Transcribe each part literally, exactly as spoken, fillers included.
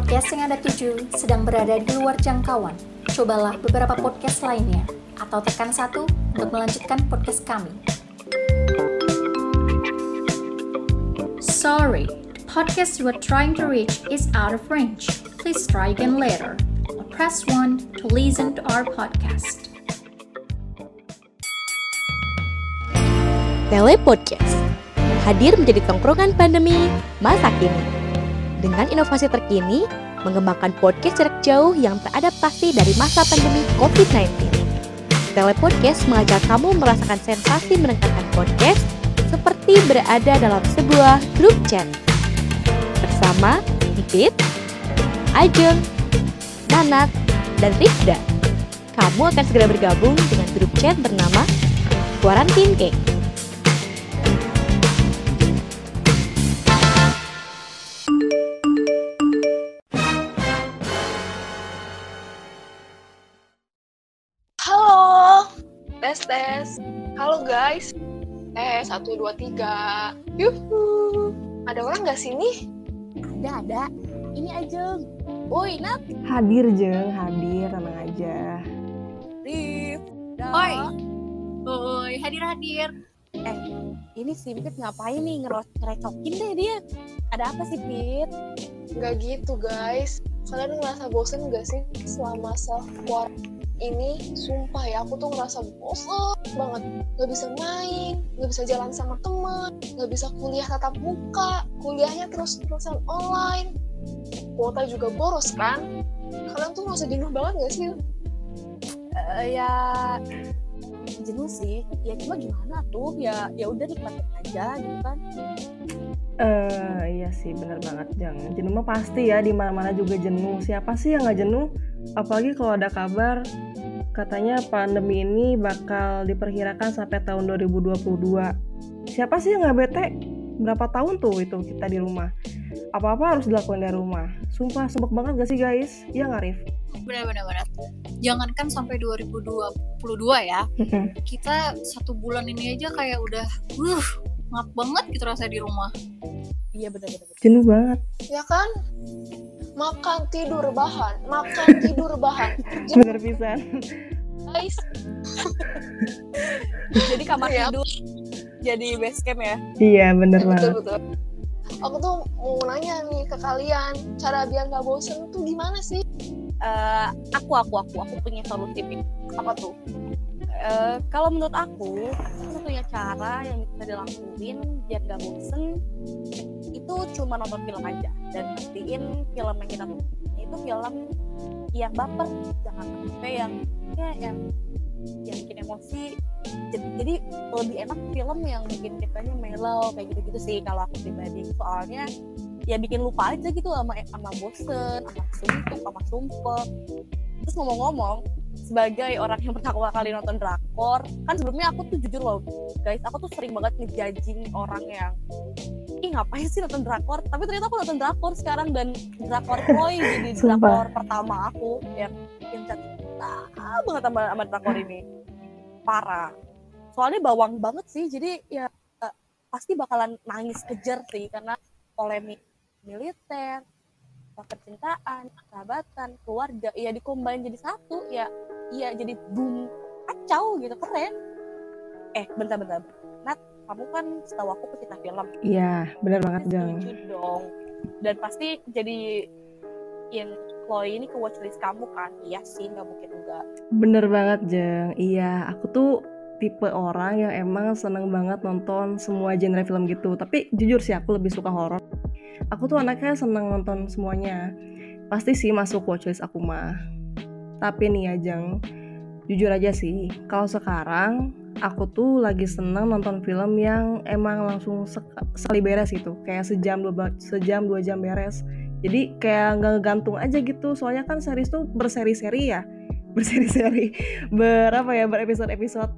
podcast yang Anda tuju sedang berada di luar jangkauan. Cobalah beberapa podcast lainnya, atau tekan satu untuk melanjutkan podcast kami. Sorry, the podcast you are trying to reach is out of range. Please try again later, or press one to listen to our podcast. Telepodcast hadir menjadi tongkrongan pandemi masa kini. Dengan inovasi terkini, mengembangkan podcast jarak jauh yang teradaptasi dari masa pandemi covid sembilan belas. Telepodcast mengajak kamu merasakan sensasi mendengarkan podcast seperti berada dalam sebuah grup chat. Bersama Pipit, Ajeng, Nanat, dan Rifda. Kamu akan segera bergabung dengan grup chat bernama Quarantine Cake. Tes tes, halo guys. Eh satu dua tiga. Yuhu. Ada orang nggak sini? Ada ada. Ini Ajeng. Woi Nat. Hadir Jeng, hadir, tenang aja. Rif. Oi. Oi, hadir hadir. Eh, ini si Pit ngapain nih ngerecokin deh dia? Ada apa sih Pit? Nggak gitu guys. Kalian ngerasa bosen nggak sih selama self quarantine ini? Sumpah ya, aku tuh ngerasa bosen banget. Nggak bisa main, nggak bisa jalan sama teman, nggak bisa kuliah tatap muka, kuliahnya terus-terusan online. Kuota juga boros kan? Kalian tuh ngerasa jenuh banget nggak sih? Uh, ya jenuh sih. Ya cuma gimana tuh? Ya ya udah nikmatin aja gitu kan. Eh uh, iya sih, benar banget Jeng. Jenuh mah pasti ya, di mana-mana juga jenuh. Siapa sih yang nggak jenuh? Apalagi kalau ada kabar katanya pandemi ini bakal diperkirakan sampai tahun dua ribu dua puluh dua. Siapa sih yang nggak bete? Berapa tahun tuh itu kita di rumah? Apa-apa harus dilakukan dari rumah. Sumpah sebek banget gak sih guys? Iya nggak Rif? Benar-benar. Jangankan sampai dua ribu dua puluh dua ya. Kita satu bulan ini aja kayak udah uh, ngap banget gitu rasanya di rumah. Iya benar-benar. Jenuh banget. Ya kan? Makan tidur bahan, makan tidur bahan. Bener pisan. Guys. Jadi kamar ya. Tidur jadi base camp ya? Iya bener ya, banget. Betul-betul. Aku tuh mau nanya nih ke kalian, cara biar gak bosen tuh gimana sih? Uh, aku, aku, aku, aku punya solusi. Apa tuh? Uh, kalau menurut aku, satunya cara yang bisa dilakuin biar gak bosen itu cuma nonton film aja dan pastiin film yang kita tonton itu film yang baper, jangan sampai yang ya yang yang bikin emosi. Jadi, jadi lebih enak film yang bikin kitanya mellow kayak gitu-gitu sih kalau aku pribadi. Soalnya ya bikin lupa aja gitu sama sama bosen, sama suntuk, sama sumpah. Terus ngomong-ngomong, sebagai orang yang pertama kali nonton drakor, kan sebelumnya aku tuh jujur loh guys, aku tuh sering banget ngejudging orang yang ih ngapain sih nonton drakor, tapi ternyata aku nonton drakor sekarang dan drakor Chloe jadi drakor pertama aku yang yang cinta banget sama, sama drakor ini, parah. Soalnya bawang banget sih, jadi ya uh, pasti bakalan nangis kejer sih karena polemik militer, percintaan, sahabatan, keluarga, ya dikombain jadi satu, ya iya jadi boom, kacau gitu, keren. Eh bentar-bentar, Nat, kamu kan setahu aku pecinta film. Iya, benar banget Jeng. Setuju dong. Dan pasti jadi in Chloe ini ke watchlist kamu kan? Iya sih, nggak mungkin enggak. Bener banget Jeng. Iya, aku tuh tipe orang yang emang seneng banget nonton semua genre film gitu. Tapi jujur sih aku lebih suka horor. Aku tuh anaknya seneng nonton semuanya. Pasti sih masuk watchlist aku mah. Tapi nih ya Jeng, jujur aja sih, kalau sekarang aku tuh lagi seneng nonton film yang emang langsung sek- sekali beres gitu. Kayak sejam dua, sejam dua jam beres. Jadi kayak gak ngegantung aja gitu. Soalnya kan series tuh berseri-seri ya. Berseri-seri. Berapa ya, berepisode-episode.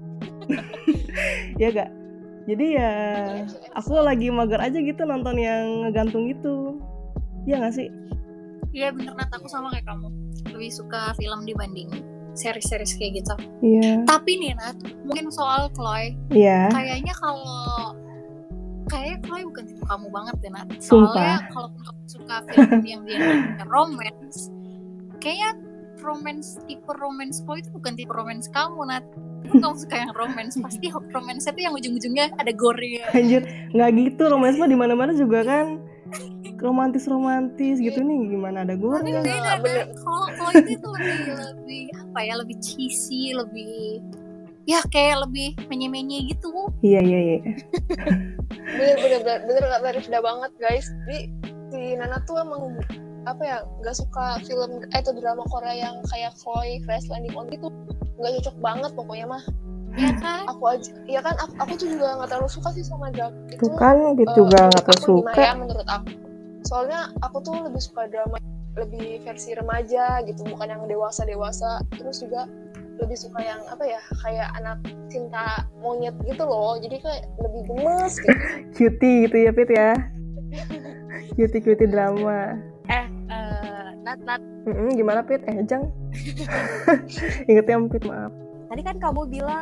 Ya gak? Jadi ya aku lagi mager aja gitu nonton yang ngegantung gitu. Iya gak sih? Iya bener Nat, aku sama kayak kamu. Lebih suka film dibanding series-series kayak gitu. Iya. Tapi nih Nat, mungkin soal Chloe. Iya. Kayaknya kalau kayaknya Chloe bukan tipe kamu banget deh Nat. Sumpah. Soalnya kalau kamu suka suka film yang dia romance, kayaknya romance tipe romance lo itu bukan tipe romance kamu, Nat. Kamu suka yang romance, pasti romance itu yang ujung-ujungnya ada gore. Anjir, nggak gitu, romance mah di mana-mana juga kan romantis-romantis gitu nih, gimana ada gore? Beda kan? Kalau kalau itu itu lebih lebih apa ya, lebih cheesy, lebih ya kayak lebih menye-menye gitu. Iya iya iya. bener bener bener bener nggak Tarifda banget guys. Jadi si Nana tuh emang apa ya, nggak suka film eh itu drama Korea yang kayak Chloe Crash Landing on itu, nggak cocok banget pokoknya mah. Iya kan? Aku aja, ya kan aku, aku tuh juga nggak terlalu suka sih sama drama itu. Tuh kan, Pit juga nggak terlalu suka. Ya, menurut aku. Soalnya aku tuh lebih suka drama lebih versi remaja gitu, bukan yang dewasa dewasa. Terus juga lebih suka yang apa ya, kayak anak cinta monyet gitu loh, jadi kayak lebih gemes gitu. Cutie gitu ya Pit ya. Cutie-cutie drama. Eh, uh, Nat, Nat. Mm-mm, gimana Pit? Eh, Jang. Ingetnya Pit, maaf. Tadi kan kamu bilang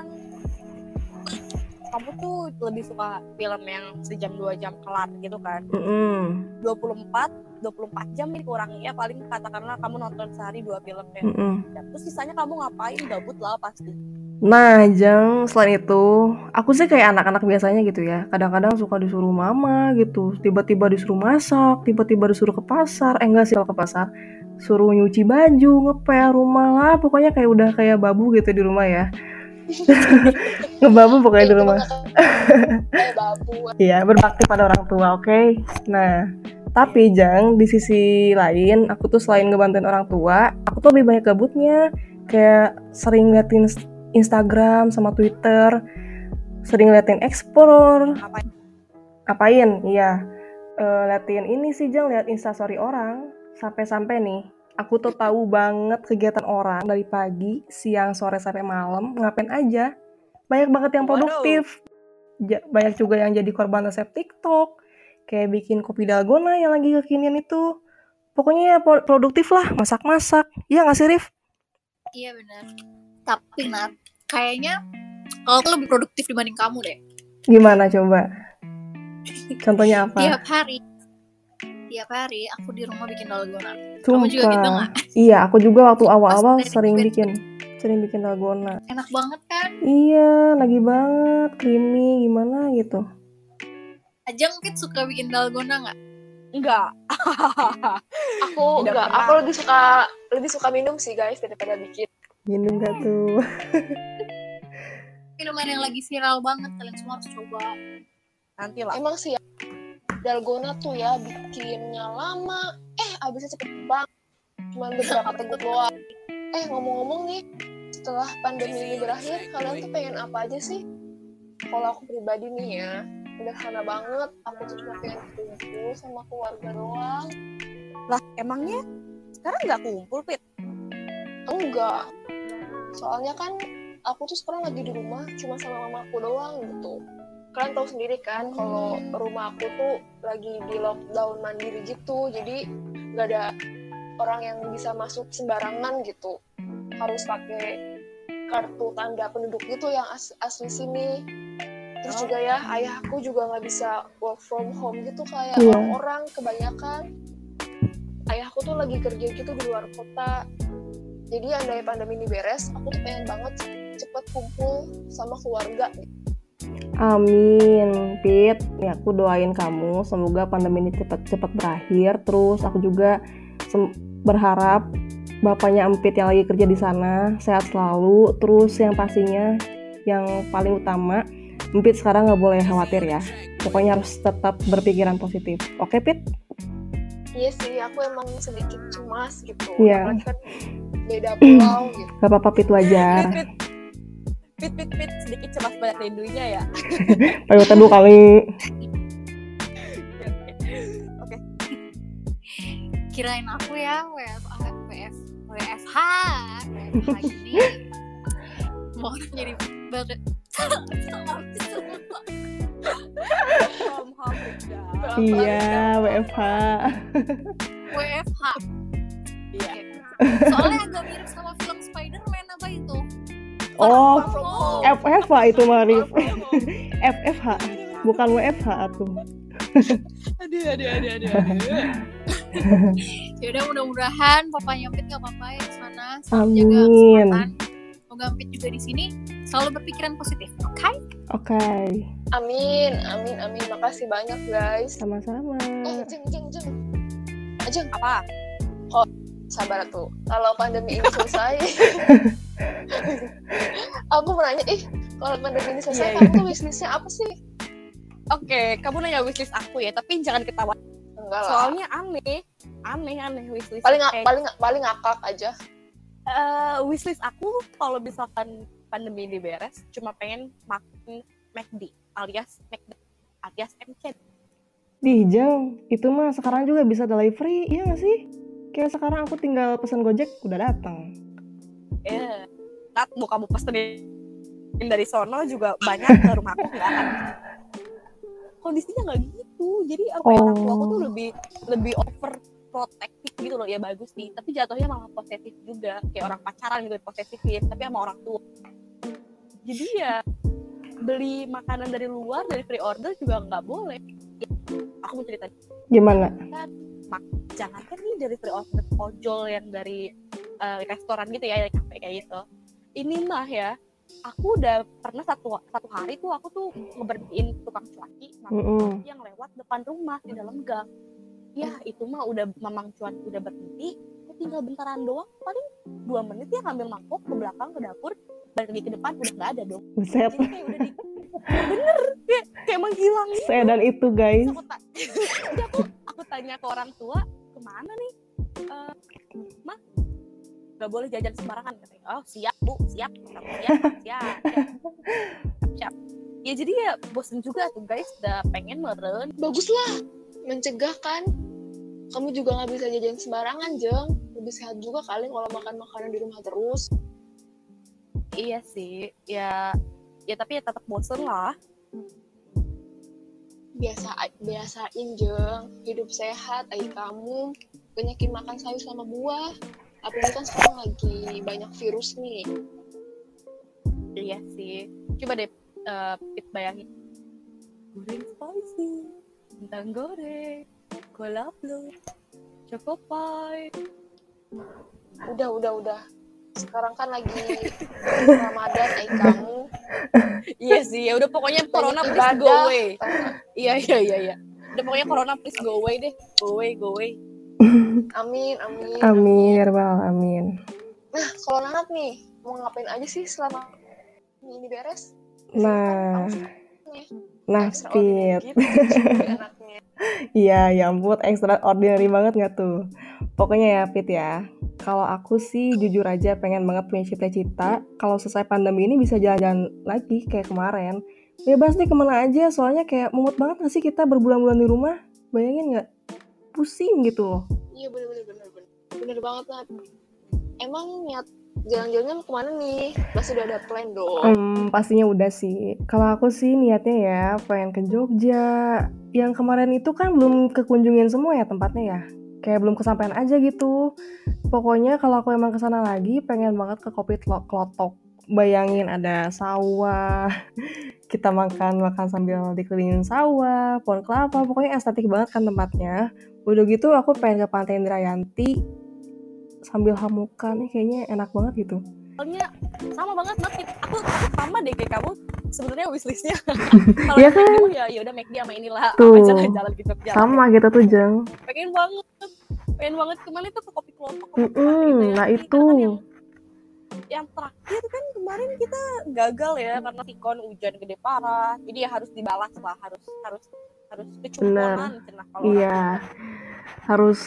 kamu tuh lebih suka film yang sejam dua jam kelar gitu kan. Mm-mm. dua puluh empat jam nih kurang ya, paling katakanlah kamu nonton sehari dua film ya. Mm-mm. Terus sisanya kamu ngapain? Gabut lah pasti. Nah, Jang, selain itu, aku sih kayak anak-anak biasanya gitu ya. Kadang-kadang suka disuruh mama gitu, tiba-tiba disuruh masak, tiba-tiba disuruh ke pasar. Eh enggak sih kalau ke pasar, suruh nyuci baju, ngepel rumah lah. Pokoknya kayak udah kayak babu gitu di rumah ya. Ngebabu pokoknya di rumah. Kayak babu. Iya, berbakti pada orang tua, oke? Okay? Nah, tapi Jang, di sisi lain, aku tuh selain ngebantuin orang tua, aku tuh lebih banyak gabutnya. Kayak sering liatin Instagram sama Twitter, sering liatin Explore. Ngapain? Ngapain? Iya, uh, liatin ini sih Jang, liat instastory orang. Sampai-sampai nih, aku tuh tahu banget kegiatan orang dari pagi, siang, sore, sampai malam, ngapain aja. Banyak banget yang produktif. Ja- banyak juga yang jadi korban resep TikTok. Kayak bikin kopi dalgona yang lagi kekinian itu. Pokoknya ya produktif lah, masak-masak. Iya nggak sih, Rif? Iya benar. Tapi Nat, kayaknya kalau aku lebih produktif dibanding kamu deh. Gimana coba? Contohnya apa? Tiap hari, tiap hari aku di rumah bikin dalgona. Sumpah. Kamu juga gitu nggak? Iya, aku juga waktu awal-awal Pas dari sering bed. bikin, sering bikin dalgona. Enak banget kan? Iya, lagi banget, creamy, gimana gitu. Ajeng Pit suka bikin dalgona nggak? Enggak. Aku Tidak enggak, pernah. aku lebih suka lebih suka minum sih guys daripada bikin. Minum gak tuh? Minuman yang lagi viral banget, kalian semua harus coba. Nanti lah. Emang sih ya, dalgona tuh ya bikinnya lama, eh abisnya cepet banget, cuman beberapa teguk doang. Eh ngomong-ngomong nih, setelah pandemi ini berakhir, kalian tuh pengen apa aja sih? Kalau aku pribadi nih ya, sederhana banget, aku tuh cuma pengen kumpul sama keluarga doang. Lah, emangnya sekarang nggak kumpul, Pit? Enggak, soalnya kan aku tuh sekarang lagi di rumah cuma sama mamaku doang gitu. Kalian tahu sendiri kan kalau rumah aku tuh lagi di lockdown mandiri gitu, jadi nggak ada orang yang bisa masuk sembarangan gitu, harus pakai kartu tanda penduduk gitu yang as- asli sini. Terus juga ya ayahku juga nggak bisa work from home gitu kayak Iya. orang-orang kebanyakan. Ayahku tuh lagi kerja gitu di luar kota. Jadi andai pandemi ini beres, aku tuh pengen banget cepet kumpul sama keluarga. Amin, Pit. Ya, aku doain kamu semoga pandemi ini cepat-cepat berakhir. Terus aku juga sem- berharap bapaknya Empit yang lagi kerja di sana sehat selalu. Terus yang pastinya, yang paling utama, Empit sekarang nggak boleh khawatir ya. Pokoknya harus tetap berpikiran positif. Oke, Pit? Iya sih, aku emang sedikit cemas gitu. Iya. Apalagi kan beda pulau gitu. Gak apa-apa, Pit, wajar. Pit, Pit, Pit, Pit, sedikit cemas banyak rindunya ya. Ayo teduh kali. Oke. Kirain aku ya W F H, W F, W F H, W F H gini. Mau jadi banget. Ham, ham, udah. Iya, W F H. W F H. Iya. Soalnya agak mirip sama film Spider-Man apa itu? Oh, From home. F F H itu Marif. F F H, bukan W F H tuh. Aduh, aduh, aduh, aduh, aduh. Ya udah, mudah-mudahan papanya Pit nggak apa-apa ya di sana. Selalu jaga Amin. kesehatan. Semoga Pit juga di sini selalu berpikiran positif. Oke? Okay? Oke, okay. Amin, amin, amin. Makasih banyak guys. Sama-sama. Eh, jeng, jeng, jeng. Ajeng, Apa? sabar tuh. Kalau pandemi ini selesai, aku mau nanya, ih, kalau pandemi ini selesai, Iya, kamu tuh wishlistnya apa sih? Oke, kamu nanya wishlist aku ya, tapi jangan ketawa. Enggak lah. Soalnya aneh, aneh, aneh wishlist. paling nggak, Kayak, paling nggak, paling ngakak aja. eh, wishlist aku kalau misalkan pandemi ini beres, cuma pengen makan McD alias McD alias M C. Di Jeng, itu mah sekarang juga bisa delivery, iya nggak sih? Kayak sekarang aku tinggal pesan Gojek udah datang. Eh, Nat, mau kamu pesenin dari sono juga banyak ke rumah aku nggak akan. Kondisinya nggak gitu, jadi apa ya, Oh. orang tua aku tuh lebih lebih over protektif gitu loh, ya bagus nih, tapi jatuhnya malah posesif juga, kayak orang pacaran gitu posesifin, tapi sama orang tua. Jadi ya beli makanan dari luar dari free order juga nggak boleh. Aku mau cerita Gimana? kan, mak jangan kan nih dari free order ojol yang dari uh, restoran gitu ya, dari kafe kayak gitu. Ini mah ya, aku udah pernah satu satu hari tuh aku tuh ngeberhentiin tukang cuaki Mm-mm. yang lewat depan rumah di dalam gang. Ya itu mah udah mamang cuan udah berhenti, ya tinggal bentaran doang, paling dua menit ya ngambil mangkok ke belakang ke dapur, balik lagi ke depan udah nggak ada dong. Buset, Jadi kayak udah di bener kayak kayak menghilang gitu. sedan itu guys. Terus aku, ta- Jadi aku aku tanya ke orang tua, kemana nih? Eh, Mah nggak boleh jajan sembarangan katanya. Oh siap bu, siap, siap, siap, siap, siap. Ya jadi ya bosen juga tuh guys, udah pengen meren. Baguslah, mencegah kan. Kamu juga nggak bisa jajan sembarangan, Jeng. Lebih sehat juga kali kalau makan makanan di rumah terus. Iya sih, ya ya tapi ya tetap bosen lah. Biasa, biasain, Jeng. Hidup sehat, ay kamu. Banyakin makan sayur sama buah. Apalagi kan sekarang lagi banyak virus nih. Iya sih, coba deh uh, Pit bayangin. Goreng spicy, kentang goreng, cola blue, choco pie. Udah, udah, udah. Sekarang kan lagi Ramadan, ay kamu. Iya sih, ya udah pokoknya corona Banyak please go ibadah, away. tau nggak? Iya iya iya iya. Udah pokoknya corona please go away deh. Go away, go away. Amin, amin. Amin, ya Rabbal alamin. Nah, kalau Nanat nih, mau ngapain aja sih selama ini beres? Nah, Nih, nah extraordinary Pit. gitu, cuy, anaknya. Iya, ya ampun, extraordinary banget gak tuh? Pokoknya ya Pit ya, kalau aku sih jujur aja pengen banget punya cita-cita kalau selesai pandemi ini bisa jalan-jalan lagi kayak kemarin. Bebas deh kemana aja, soalnya kayak mumet banget gak sih kita berbulan-bulan di rumah? Bayangin gak? Pusing gitu loh. Iya, bener-bener, bener-bener. Bener banget, Nat. Emang niat jalan-jalannya mau kemana nih? Pasti udah ada plan dong. Hmm, pastinya udah sih. Kalau aku sih niatnya ya pengen ke Jogja. Yang kemarin itu kan belum kekunjungin semua ya tempatnya ya. Kayak belum kesampaian aja gitu. Pokoknya kalau aku emang kesana lagi pengen banget ke Kopi Klotok. Bayangin ada sawah, kita makan-makan sambil dikelilingin sawah, pohon kelapa, pokoknya estetik banget kan tempatnya. Udah gitu aku pengen ke Pantai Indrayanti sambil hamukan, kayaknya enak banget gitu. Soalnya sama banget banget. Aku aku sama deh kayak kamu. Sebenarnya wishlistnya. Kalau Iya McD kan? ya ya udah McD sama inilah. Tuh. Apa jalan-jalan gitu jalan. Sama gitu tuh Jeng. Pengen banget. Pengen banget kemana tuh ke Kopi Klotok. Mm-mm, nah itu. Yang, yang terakhir kan kemarin kita gagal ya karena sikon hujan gede parah. Jadi ya harus dibalas lah, harus harus harus kecumponan cenah kalau Iya, harus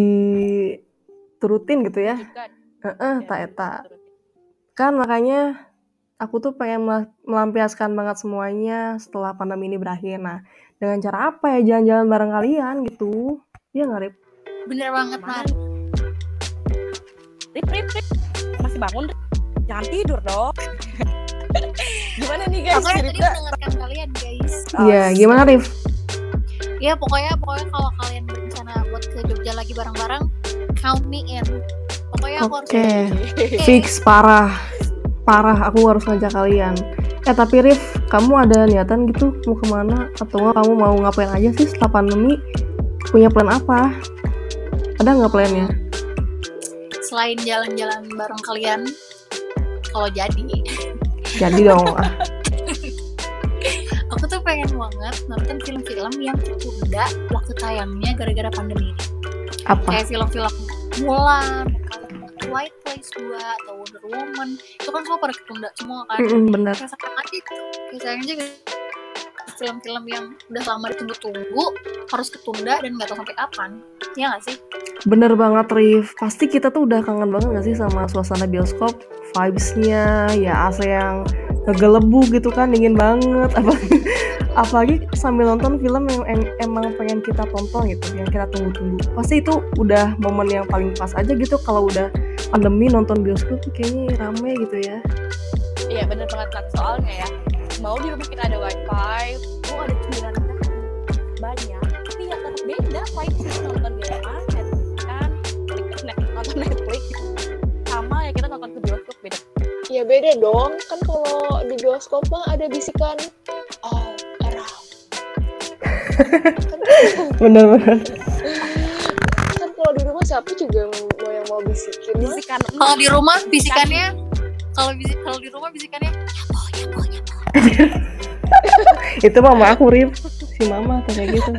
diturutin gitu ya. Heeh, tak eta. Kan makanya aku tuh pengen mel- melampiaskan banget semuanya setelah pandemi ini berakhir. Nah, dengan cara apa ya? Jalan-jalan bareng kalian gitu. Iya nggak, Rip? Bener banget, Nat. Rip, Rip, Rip. Masih bangun, Rip? Jangan tidur dong. Gimana nih guys Aku tadi cerita? mendengarkan kalian, guys. Iya, gimana, Rif? Ya pokoknya pokoknya kalau kalian berencana buat ke Jogja lagi bareng-bareng, count me in. Pokoknya aku harus. Oke, fix parah. Parah, aku harus ngajak kalian. Eh, tapi Rif, kamu ada niatan gitu mau kemana? Atau nggak kamu mau ngapain aja sih setelah pandemi? Punya plan apa? Ada nggak plannya? Selain jalan-jalan bareng kalian, kalau jadi, Jadi dong. ah. aku tuh pengen banget nonton film-film yang tertunda waktu tayangnya gara-gara pandemi ini. Apa? Kayak film-film Mulan, White Place dua atau Wonder Woman, itu kan semua pada ketunda semua kan. Mm-mm, bener. Kayak sekarang aja gitu. Kayak sayang aja gitu. Film-film yang udah lama ditunggu-tunggu harus ketunda dan nggak tahu sampai kapan. Ya nggak sih? Bener banget Rif. Pasti kita tuh udah kangen banget gak sih sama suasana bioskop, vibes-nya, ya A C yang ngegelebu gitu kan, dingin banget. Apalagi, apalagi sambil nonton film yang em- emang pengen kita tonton gitu, yang kita tunggu-tunggu. Pasti itu udah momen yang paling pas aja gitu kalau udah pandemi nonton bioskop tuh kayaknya rame gitu ya. Iya bener banget Nat, soalnya ya mau di rumah kita ada wifi, mau ada cemilan banyak, tapi ya tetap beda vibes nonton di rumah, Netflix kan, Netflix, nonton Netflix, sama ya kita nonton ke bioskop beda. Ya beda dong, kan kalau di bioskop mah ada bisikan oh era. Bener-bener. Kan kalau di rumah siapa juga mau yang mau bisikin mah. Bisikan Kalau di rumah bisikannya, kalau bisik kalau di rumah bisikannya, nyapo, nyapo, nyapo. Itu mama aku Rif, si mama tuh kayak gitu.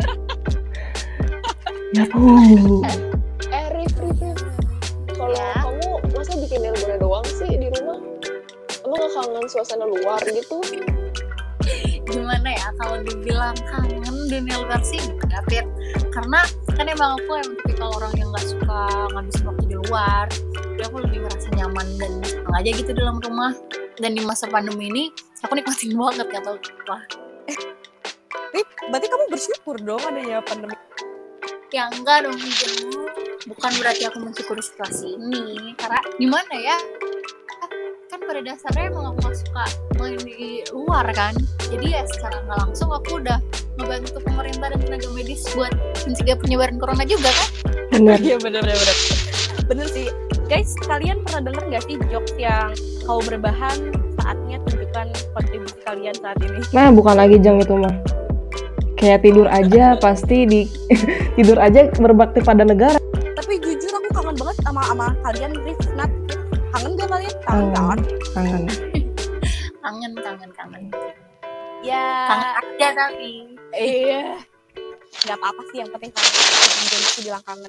Ya bu. Eh Rif, Rif, Rif. Kalau Ya. kamu masa bikin nelpon doang sih di rumah? Emang gak kangen suasana luar gitu? Gimana ya kalau dibilang kangen dunia luar sih enggak, Fit. Karena kan emang aku emang tipikal orang yang nggak suka ngabisin waktu di luar. Jadi aku lebih merasa nyaman dan senang aja gitu di dalam rumah. Dan di masa pandemi ini aku nikmatin banget, gak tau apa. Rip, berarti kamu bersyukur dong adanya pandemi. Ya enggak dong, Jeng. Bukan berarti aku mensyukuri situasi ini. Karena gimana ya, kan pada dasarnya emang aku gak suka main di luar kan. Jadi ya secara gak langsung aku udah ngebantu pemerintah dan tenaga medis buat mencegah penyebaran corona juga kan. Bener. Iya bener ya bener. Bener sih. Guys, kalian pernah denger gak sih jokes yang kau berbahan saatnya tunjukkan kontribusi kalian saat ini? Nah bukan lagi Jeng itu mah. Kayak tidur aja pasti di tidur aja berbakti pada negara. Tapi jujur aku kangen banget sama sama kalian, Rif, Nat. Kangen gak kalian? Kangen kan? Kangen. Kangen, kangen, kangen. Ya. Kangen aja tapi. Iya. Gak apa-apa sih, yang penting kangen. Jangan sih bilang kangen.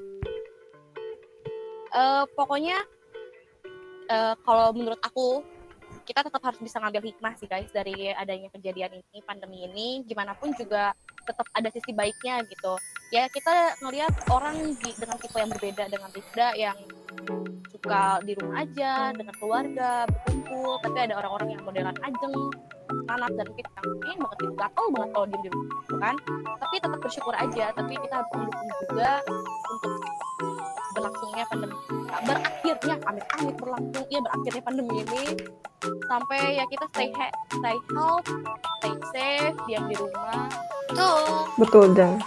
Eh, pokoknya eh, kalau menurut aku kita tetap harus bisa ngambil hikmah sih guys dari adanya kejadian ini, pandemi ini. Gimana pun juga tetap ada sisi baiknya gitu. Ya kita ngelihat orang di, dengan tipe yang berbeda dengan Rifda yang suka di rumah aja dengan keluarga berkumpul, tapi ada orang-orang yang modelan ajeng, nanas dan kita yang pengen banget gitu, gatel banget kalau diem di rumah gitu kan. Tapi tetap bersyukur aja, tapi kita harus mendukung juga untuk berlangsungnya pandemi, nah, berakhirnya amit-amit berlangsung ya berakhirnya pandemi ini, sampai ya kita stay he- stay healthy, stay safe, diam di rumah. Tuh. Betul Jeng.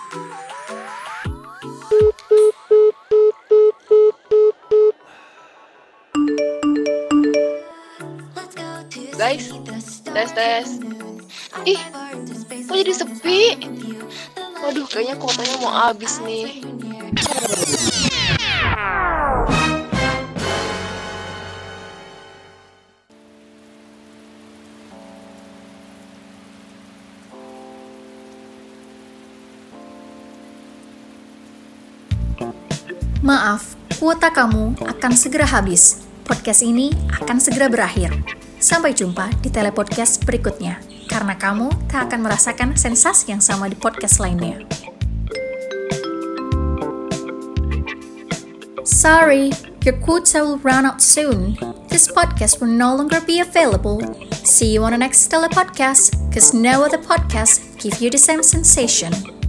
Guys, tes tes. Ih, kok jadi sepi? Waduh, kayaknya kuotanya mau habis nih. Maaf, kuota kamu akan segera habis. Podcast ini akan segera berakhir. Sampai jumpa di telepodcast berikutnya, karena kamu tak akan merasakan sensasi yang sama di podcast lainnya. Sorry, your quota will run out soon. This podcast will no longer be available. See you on the next telepodcast, because no other podcast gives you the same sensation.